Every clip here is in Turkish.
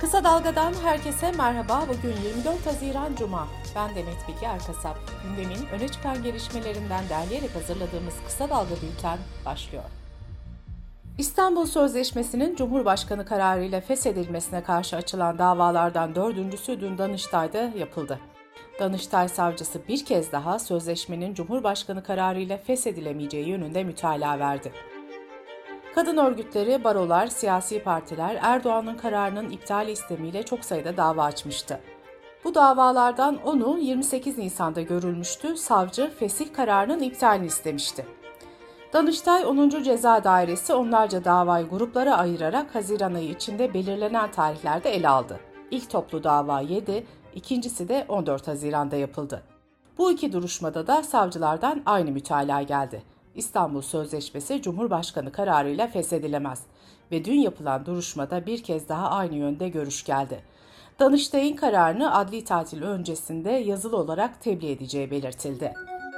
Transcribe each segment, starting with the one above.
Kısa Dalga'dan herkese merhaba. Bugün 24 Haziran Cuma. Ben Demet Bilge Erkasap. Gündemin öne çıkan gelişmelerinden derleyerek hazırladığımız Kısa Dalga bülten başlıyor. İstanbul Sözleşmesi'nin Cumhurbaşkanı kararıyla feshedilmesine karşı açılan davalardan dördüncüsü dün Danıştay'da yapıldı. Danıştay savcısı bir kez daha sözleşmenin Cumhurbaşkanı kararıyla feshedilemeyeceği yönünde mütalaa verdi. Kadın örgütleri, barolar, siyasi partiler Erdoğan'ın kararının iptali istemiyle çok sayıda dava açmıştı. Bu davalardan 10'u 28 Nisan'da görülmüştü, savcı fesih kararının iptalini istemişti. Danıştay 10. Ceza Dairesi onlarca davayı gruplara ayırarak Haziran ayı içinde belirlenen tarihlerde ele aldı. İlk toplu dava 7, ikincisi de 14 Haziran'da yapıldı. Bu iki duruşmada da savcılardan aynı mütalaa geldi. İstanbul Sözleşmesi Cumhurbaşkanı kararıyla feshedilemez ve dün yapılan duruşmada bir kez daha aynı yönde görüş geldi. Danıştay'ın kararını adli tatil öncesinde yazılı olarak tebliğ edeceği belirtildi.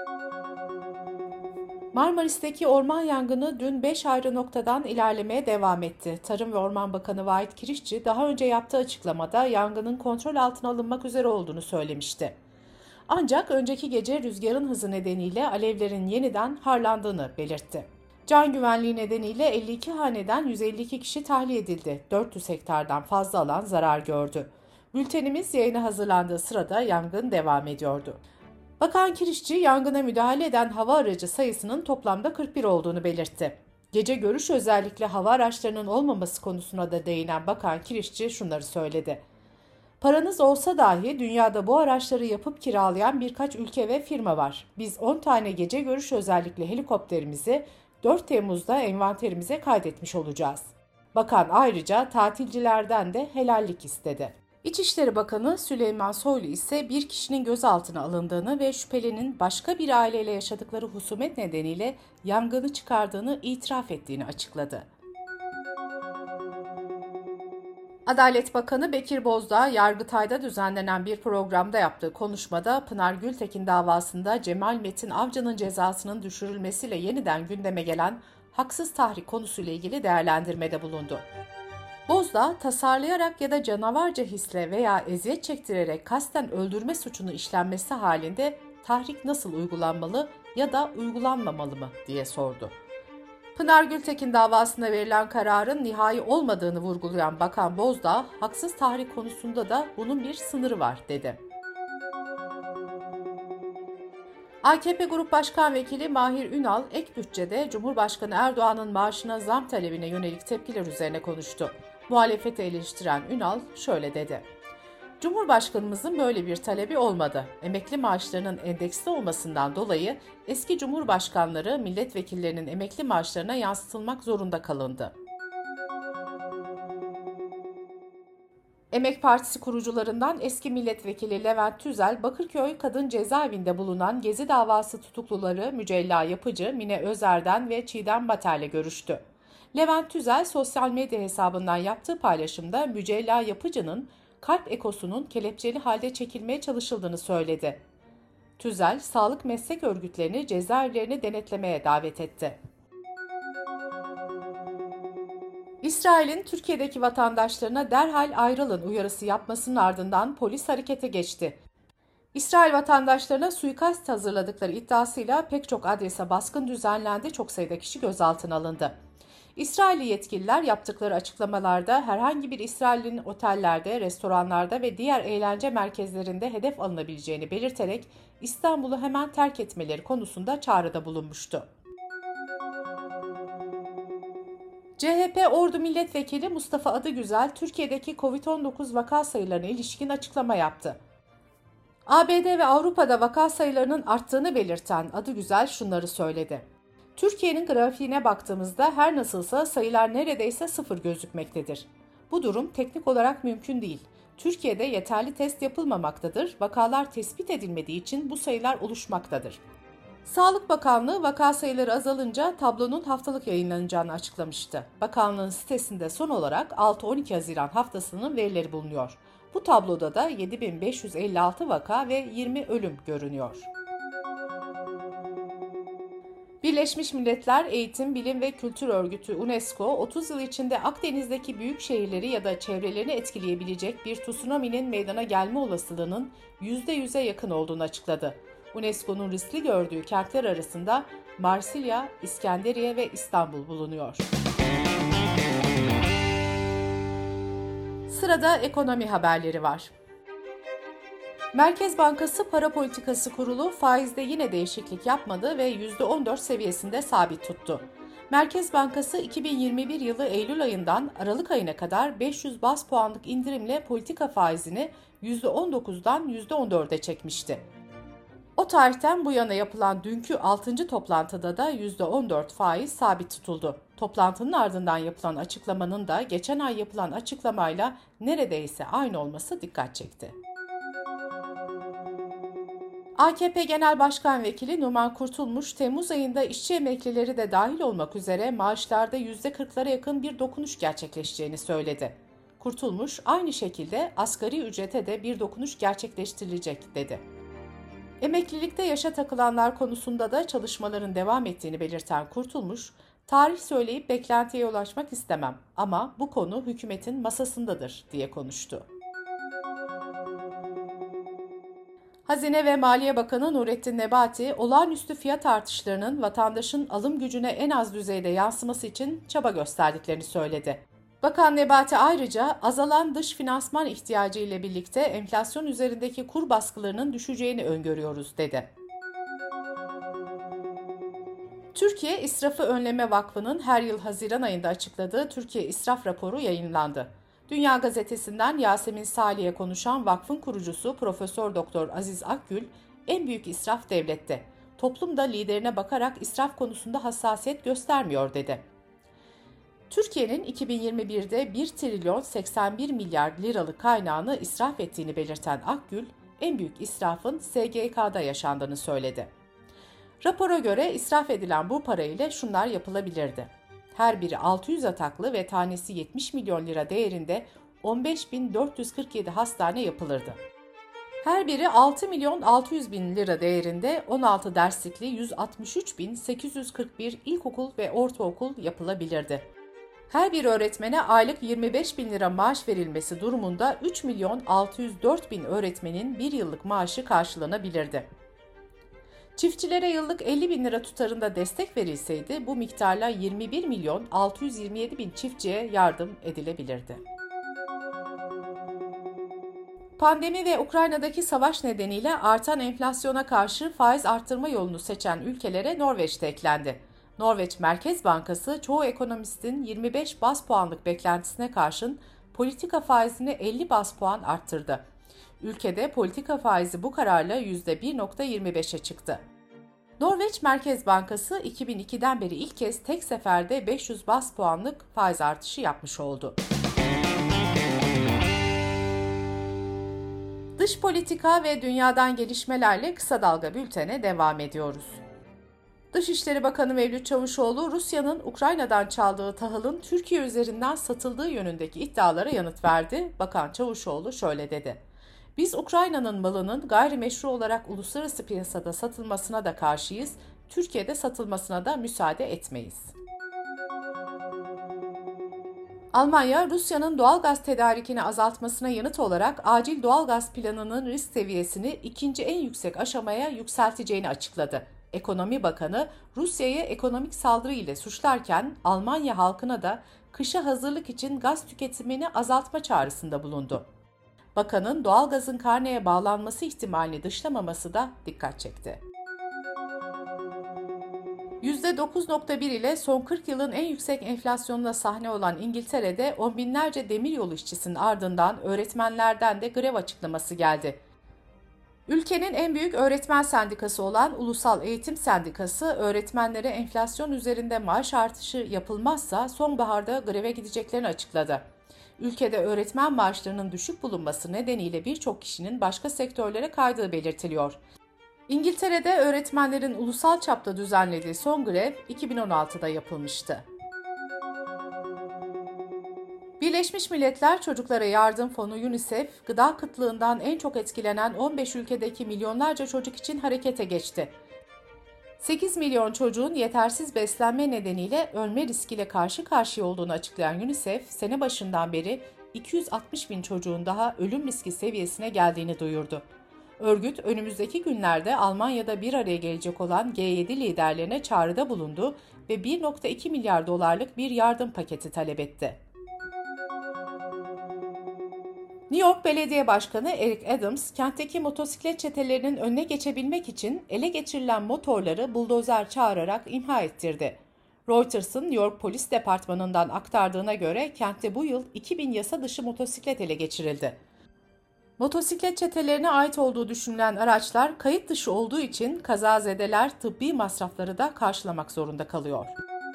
Marmaris'teki orman yangını dün 5 ayrı noktadan ilerlemeye devam etti. Tarım ve Orman Bakanı Vahit Kirişçi daha önce yaptığı açıklamada yangının kontrol altına alınmak üzere olduğunu söylemişti. Ancak önceki gece rüzgarın hızı nedeniyle alevlerin yeniden harlandığını belirtti. Can güvenliği nedeniyle 52 haneden 152 kişi tahliye edildi. 400 hektardan fazla alan zarar gördü. Bültenimiz yayına hazırlandığı sırada yangın devam ediyordu. Bakan Kirişçi, yangına müdahale eden hava aracı sayısının toplamda 41 olduğunu belirtti. Gece görüş özellikle hava araçlarının olmaması konusuna da değinen Bakan Kirişçi şunları söyledi. Paranız olsa dahi dünyada bu araçları yapıp kiralayan birkaç ülke ve firma var. Biz 10 tane gece görüş özellikle helikopterimizi 4 Temmuz'da envanterimize kaydetmiş olacağız. Bakan ayrıca tatilcilerden de helallik istedi. İçişleri Bakanı Süleyman Soylu ise bir kişinin gözaltına alındığını ve şüphelinin başka bir aileyle yaşadıkları husumet nedeniyle yangını çıkardığını itiraf ettiğini açıkladı. Adalet Bakanı Bekir Bozdağ, Yargıtay'da düzenlenen bir programda yaptığı konuşmada Pınar Gültekin davasında Cemal Metin Avcı'nın cezasının düşürülmesiyle yeniden gündeme gelen haksız tahrik konusuyla ilgili değerlendirmede bulundu. Bozdağ, tasarlayarak ya da canavarca hisle veya eziyet çektirerek kasten öldürme suçunu işlenmesi halinde tahrik nasıl uygulanmalı ya da uygulanmamalı mı diye sordu. Pınar Gültekin davasında verilen kararın nihai olmadığını vurgulayan Bakan Bozdağ, haksız tahrik konusunda da bunun bir sınırı var dedi. AKP Grup Başkan Vekili Mahir Ünal, ek bütçede Cumhurbaşkanı Erdoğan'ın maaşına zam talebine yönelik tepkiler üzerine konuştu. Muhalefeti eleştiren Ünal şöyle dedi. Cumhurbaşkanımızın böyle bir talebi olmadı. Emekli maaşlarının endeksli olmasından dolayı eski cumhurbaşkanları milletvekillerinin emekli maaşlarına yansıtılmak zorunda kalındı. Emek Partisi kurucularından eski milletvekili Levent Tüzel, Bakırköy Kadın Cezaevinde bulunan Gezi davası tutukluları Mücella Yapıcı, Mine Özer'den ve Çiğdem Batel'le görüştü. Levent Tüzel sosyal medya hesabından yaptığı paylaşımda Mücella Yapıcı'nın kalp ekosunun kelepçeli halde çekilmeye çalışıldığını söyledi. Tüzel, sağlık meslek örgütlerini cezaevlerini denetlemeye davet etti. İsrail'in Türkiye'deki vatandaşlarına derhal ayrılın uyarısı yapmasının ardından polis harekete geçti. İsrail vatandaşlarına suikast hazırladıkları iddiasıyla pek çok adrese baskın düzenlendi, çok sayıda kişi gözaltına alındı. İsrailli yetkililer yaptıkları açıklamalarda herhangi bir İsrail'in otellerde, restoranlarda ve diğer eğlence merkezlerinde hedef alınabileceğini belirterek İstanbul'u hemen terk etmeleri konusunda çağrıda bulunmuştu. CHP Ordu Milletvekili Mustafa Adıgüzel, Türkiye'deki Covid-19 vaka sayılarına ilişkin açıklama yaptı. ABD ve Avrupa'da vaka sayılarının arttığını belirten Adıgüzel şunları söyledi. Türkiye'nin grafiğine baktığımızda her nasılsa sayılar neredeyse sıfır gözükmektedir. Bu durum teknik olarak mümkün değil. Türkiye'de yeterli test yapılmamaktadır, vakalar tespit edilmediği için bu sayılar oluşmaktadır. Sağlık Bakanlığı vaka sayıları azalınca tablonun haftalık yayınlanacağını açıklamıştı. Bakanlığın sitesinde son olarak 6-12 Haziran haftasının verileri bulunuyor. Bu tabloda da 7.556 vaka ve 20 ölüm görünüyor. Birleşmiş Milletler Eğitim, Bilim ve Kültür Örgütü UNESCO, 30 yıl içinde Akdeniz'deki büyük şehirleri ya da çevrelerini etkileyebilecek bir tsunami'nin meydana gelme olasılığının %100'e yakın olduğunu açıkladı. UNESCO'nun riskli gördüğü kentler arasında Marsilya, İskenderiye ve İstanbul bulunuyor. Sırada ekonomi haberleri var. Merkez Bankası Para Politikası Kurulu faizde yine değişiklik yapmadı ve %14 seviyesinde sabit tuttu. Merkez Bankası 2021 yılı Eylül ayından Aralık ayına kadar 500 baz puanlık indirimle politika faizini %19'dan %14'e çekmişti. O tarihten bu yana yapılan dünkü 6. toplantıda da %14 faiz sabit tutuldu. Toplantının ardından yapılan açıklamanın da geçen ay yapılan açıklamayla neredeyse aynı olması dikkat çekti. AKP Genel Başkan Vekili Numan Kurtulmuş, Temmuz ayında işçi emeklileri de dahil olmak üzere maaşlarda %40'lara yakın bir dokunuş gerçekleşeceğini söyledi. Kurtulmuş, aynı şekilde asgari ücrete de bir dokunuş gerçekleştirilecek dedi. Emeklilikte yaşa takılanlar konusunda da çalışmaların devam ettiğini belirten Kurtulmuş, tarih söyleyip beklentiye ulaşmak istemem ama bu konu hükümetin masasındadır diye konuştu. Hazine ve Maliye Bakanı Nurettin Nebati, olağanüstü fiyat artışlarının vatandaşın alım gücüne en az düzeyde yansıması için çaba gösterdiklerini söyledi. Bakan Nebati ayrıca azalan dış finansman ihtiyacı ile birlikte enflasyon üzerindeki kur baskılarının düşeceğini öngörüyoruz dedi. Türkiye İsrafı Önleme Vakfı'nın her yıl Haziran ayında açıkladığı Türkiye İsraf Raporu yayınlandı. Dünya Gazetesi'nden Yasemin Salih'e konuşan vakfın kurucusu Profesör Doktor Aziz Akgül, en büyük israf devlette. Toplum da liderine bakarak israf konusunda hassasiyet göstermiyor dedi. Türkiye'nin 2021'de 1 trilyon 81 milyar liralık kaynağını israf ettiğini belirten Akgül, en büyük israfın SGK'da yaşandığını söyledi. Rapora göre israf edilen bu parayla şunlar yapılabilirdi. Her biri 600 ataklı ve tanesi 70 milyon lira değerinde 15.447 hastane yapılırdı. Her biri 6 milyon 600 bin lira değerinde 16 derslikli 163.841 ilkokul ve ortaokul yapılabilirdi. Her bir öğretmene aylık 25 bin lira maaş verilmesi durumunda 3 milyon 604 bin öğretmenin bir yıllık maaşı karşılanabilirdi. Çiftçilere yıllık 50 bin lira tutarında destek verilseydi bu miktarla 21 milyon 627 bin çiftçiye yardım edilebilirdi. Pandemi ve Ukrayna'daki savaş nedeniyle artan enflasyona karşı faiz arttırma yolunu seçen ülkelere Norveç de eklendi. Norveç Merkez Bankası çoğu ekonomistin 25 baz puanlık beklentisine karşın politika faizini 50 baz puan arttırdı. Ülkede politika faizi bu kararla %1.25'e çıktı. Norveç Merkez Bankası 2002'den beri ilk kez tek seferde 500 baz puanlık faiz artışı yapmış oldu. Dış politika ve dünyadan gelişmelerle kısa dalga bültene devam ediyoruz. Dışişleri Bakanı Mevlüt Çavuşoğlu, Rusya'nın Ukrayna'dan çaldığı tahılın Türkiye üzerinden satıldığı yönündeki iddialara yanıt verdi. Bakan Çavuşoğlu şöyle dedi: "Biz Ukrayna'nın malının gayrimeşru olarak uluslararası piyasada satılmasına da karşıyız, Türkiye'de satılmasına da müsaade etmeyiz." Almanya, Rusya'nın doğalgaz tedarikini azaltmasına yanıt olarak acil doğalgaz planının risk seviyesini ikinci en yüksek aşamaya yükselteceğini açıkladı. Ekonomi Bakanı, Rusya'yı ekonomik saldırı ile suçlarken Almanya halkına da kışa hazırlık için gaz tüketimini azaltma çağrısında bulundu. Bakanın doğalgazın karneye bağlanması ihtimalini dışlamaması da dikkat çekti. %9.1 ile son 40 yılın en yüksek enflasyonuna sahne olan İngiltere'de on binlerce demiryolu işçisinin ardından öğretmenlerden de grev açıklaması geldi. Ülkenin en büyük öğretmen sendikası olan Ulusal Eğitim Sendikası, öğretmenlere enflasyon üzerinde maaş artışı yapılmazsa sonbaharda greve gideceklerini açıkladı. Ülkede öğretmen maaşlarının düşük bulunması nedeniyle birçok kişinin başka sektörlere kaydığı belirtiliyor. İngiltere'de öğretmenlerin ulusal çapta düzenlediği son grev 2016'da yapılmıştı. Birleşmiş Milletler Çocuklara Yardım Fonu UNICEF, gıda kıtlığından en çok etkilenen 15 ülkedeki milyonlarca çocuk için harekete geçti. 8 milyon çocuğun yetersiz beslenme nedeniyle ölme riskiyle karşı karşıya olduğunu açıklayan UNICEF, sene başından beri 260 bin çocuğun daha ölüm riski seviyesine geldiğini duyurdu. Örgüt, önümüzdeki günlerde Almanya'da bir araya gelecek olan G7 liderlerine çağrıda bulundu ve 1,2 milyar dolarlık bir yardım paketi talep etti. New York Belediye Başkanı Eric Adams, kentteki motosiklet çetelerinin önüne geçebilmek için ele geçirilen motorları buldozer çağırarak imha ettirdi. Reuters'ın New York Polis Departmanı'ndan aktardığına göre kentte bu yıl 2000 yasa dışı motosiklet ele geçirildi. Motosiklet çetelerine ait olduğu düşünülen araçlar kayıt dışı olduğu için kazazedeler tıbbi masrafları da karşılamak zorunda kalıyor.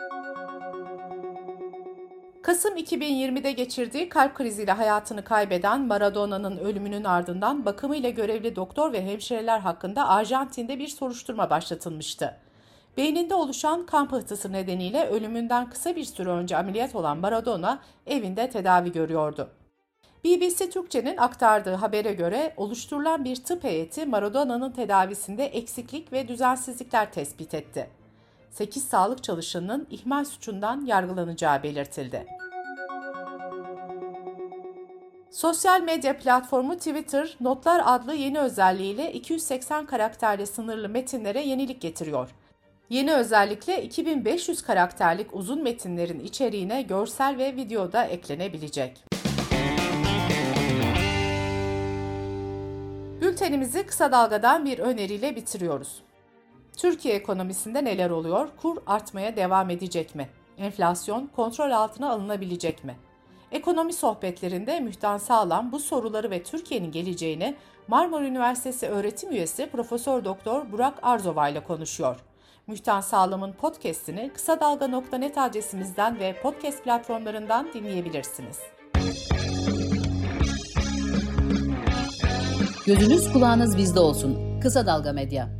Kasım 2020'de geçirdiği kalp kriziyle hayatını kaybeden Maradona'nın ölümünün ardından bakımıyla görevli doktor ve hemşireler hakkında Arjantin'de bir soruşturma başlatılmıştı. Beyninde oluşan kan pıhtısı nedeniyle ölümünden kısa bir süre önce ameliyat olan Maradona evinde tedavi görüyordu. BBC Türkçe'nin aktardığı habere göre oluşturulan bir tıp heyeti Maradona'nın tedavisinde eksiklik ve düzensizlikler tespit etti. 8 sağlık çalışanının ihmal suçundan yargılanacağı belirtildi. Sosyal medya platformu Twitter, Notlar adlı yeni özelliğiyle 280 karakterle sınırlı metinlere yenilik getiriyor. Yeni özellikle 2500 karakterlik uzun metinlerin içeriğine görsel ve video da eklenebilecek. Bültenimizi kısa dalgadan bir öneriyle bitiriyoruz. Türkiye ekonomisinde neler oluyor? Kur artmaya devam edecek mi? Enflasyon kontrol altına alınabilecek mi? Ekonomi sohbetlerinde Mühtan Sağlam bu soruları ve Türkiye'nin geleceğini Marmara Üniversitesi öğretim üyesi Profesör Doktor Burak Arzova ile konuşuyor. Mühtan Sağlam'ın podcast'ini kısadalga.net adresimizden ve podcast platformlarından dinleyebilirsiniz. Gözünüz kulağınız bizde olsun. Kısa Dalga Medya.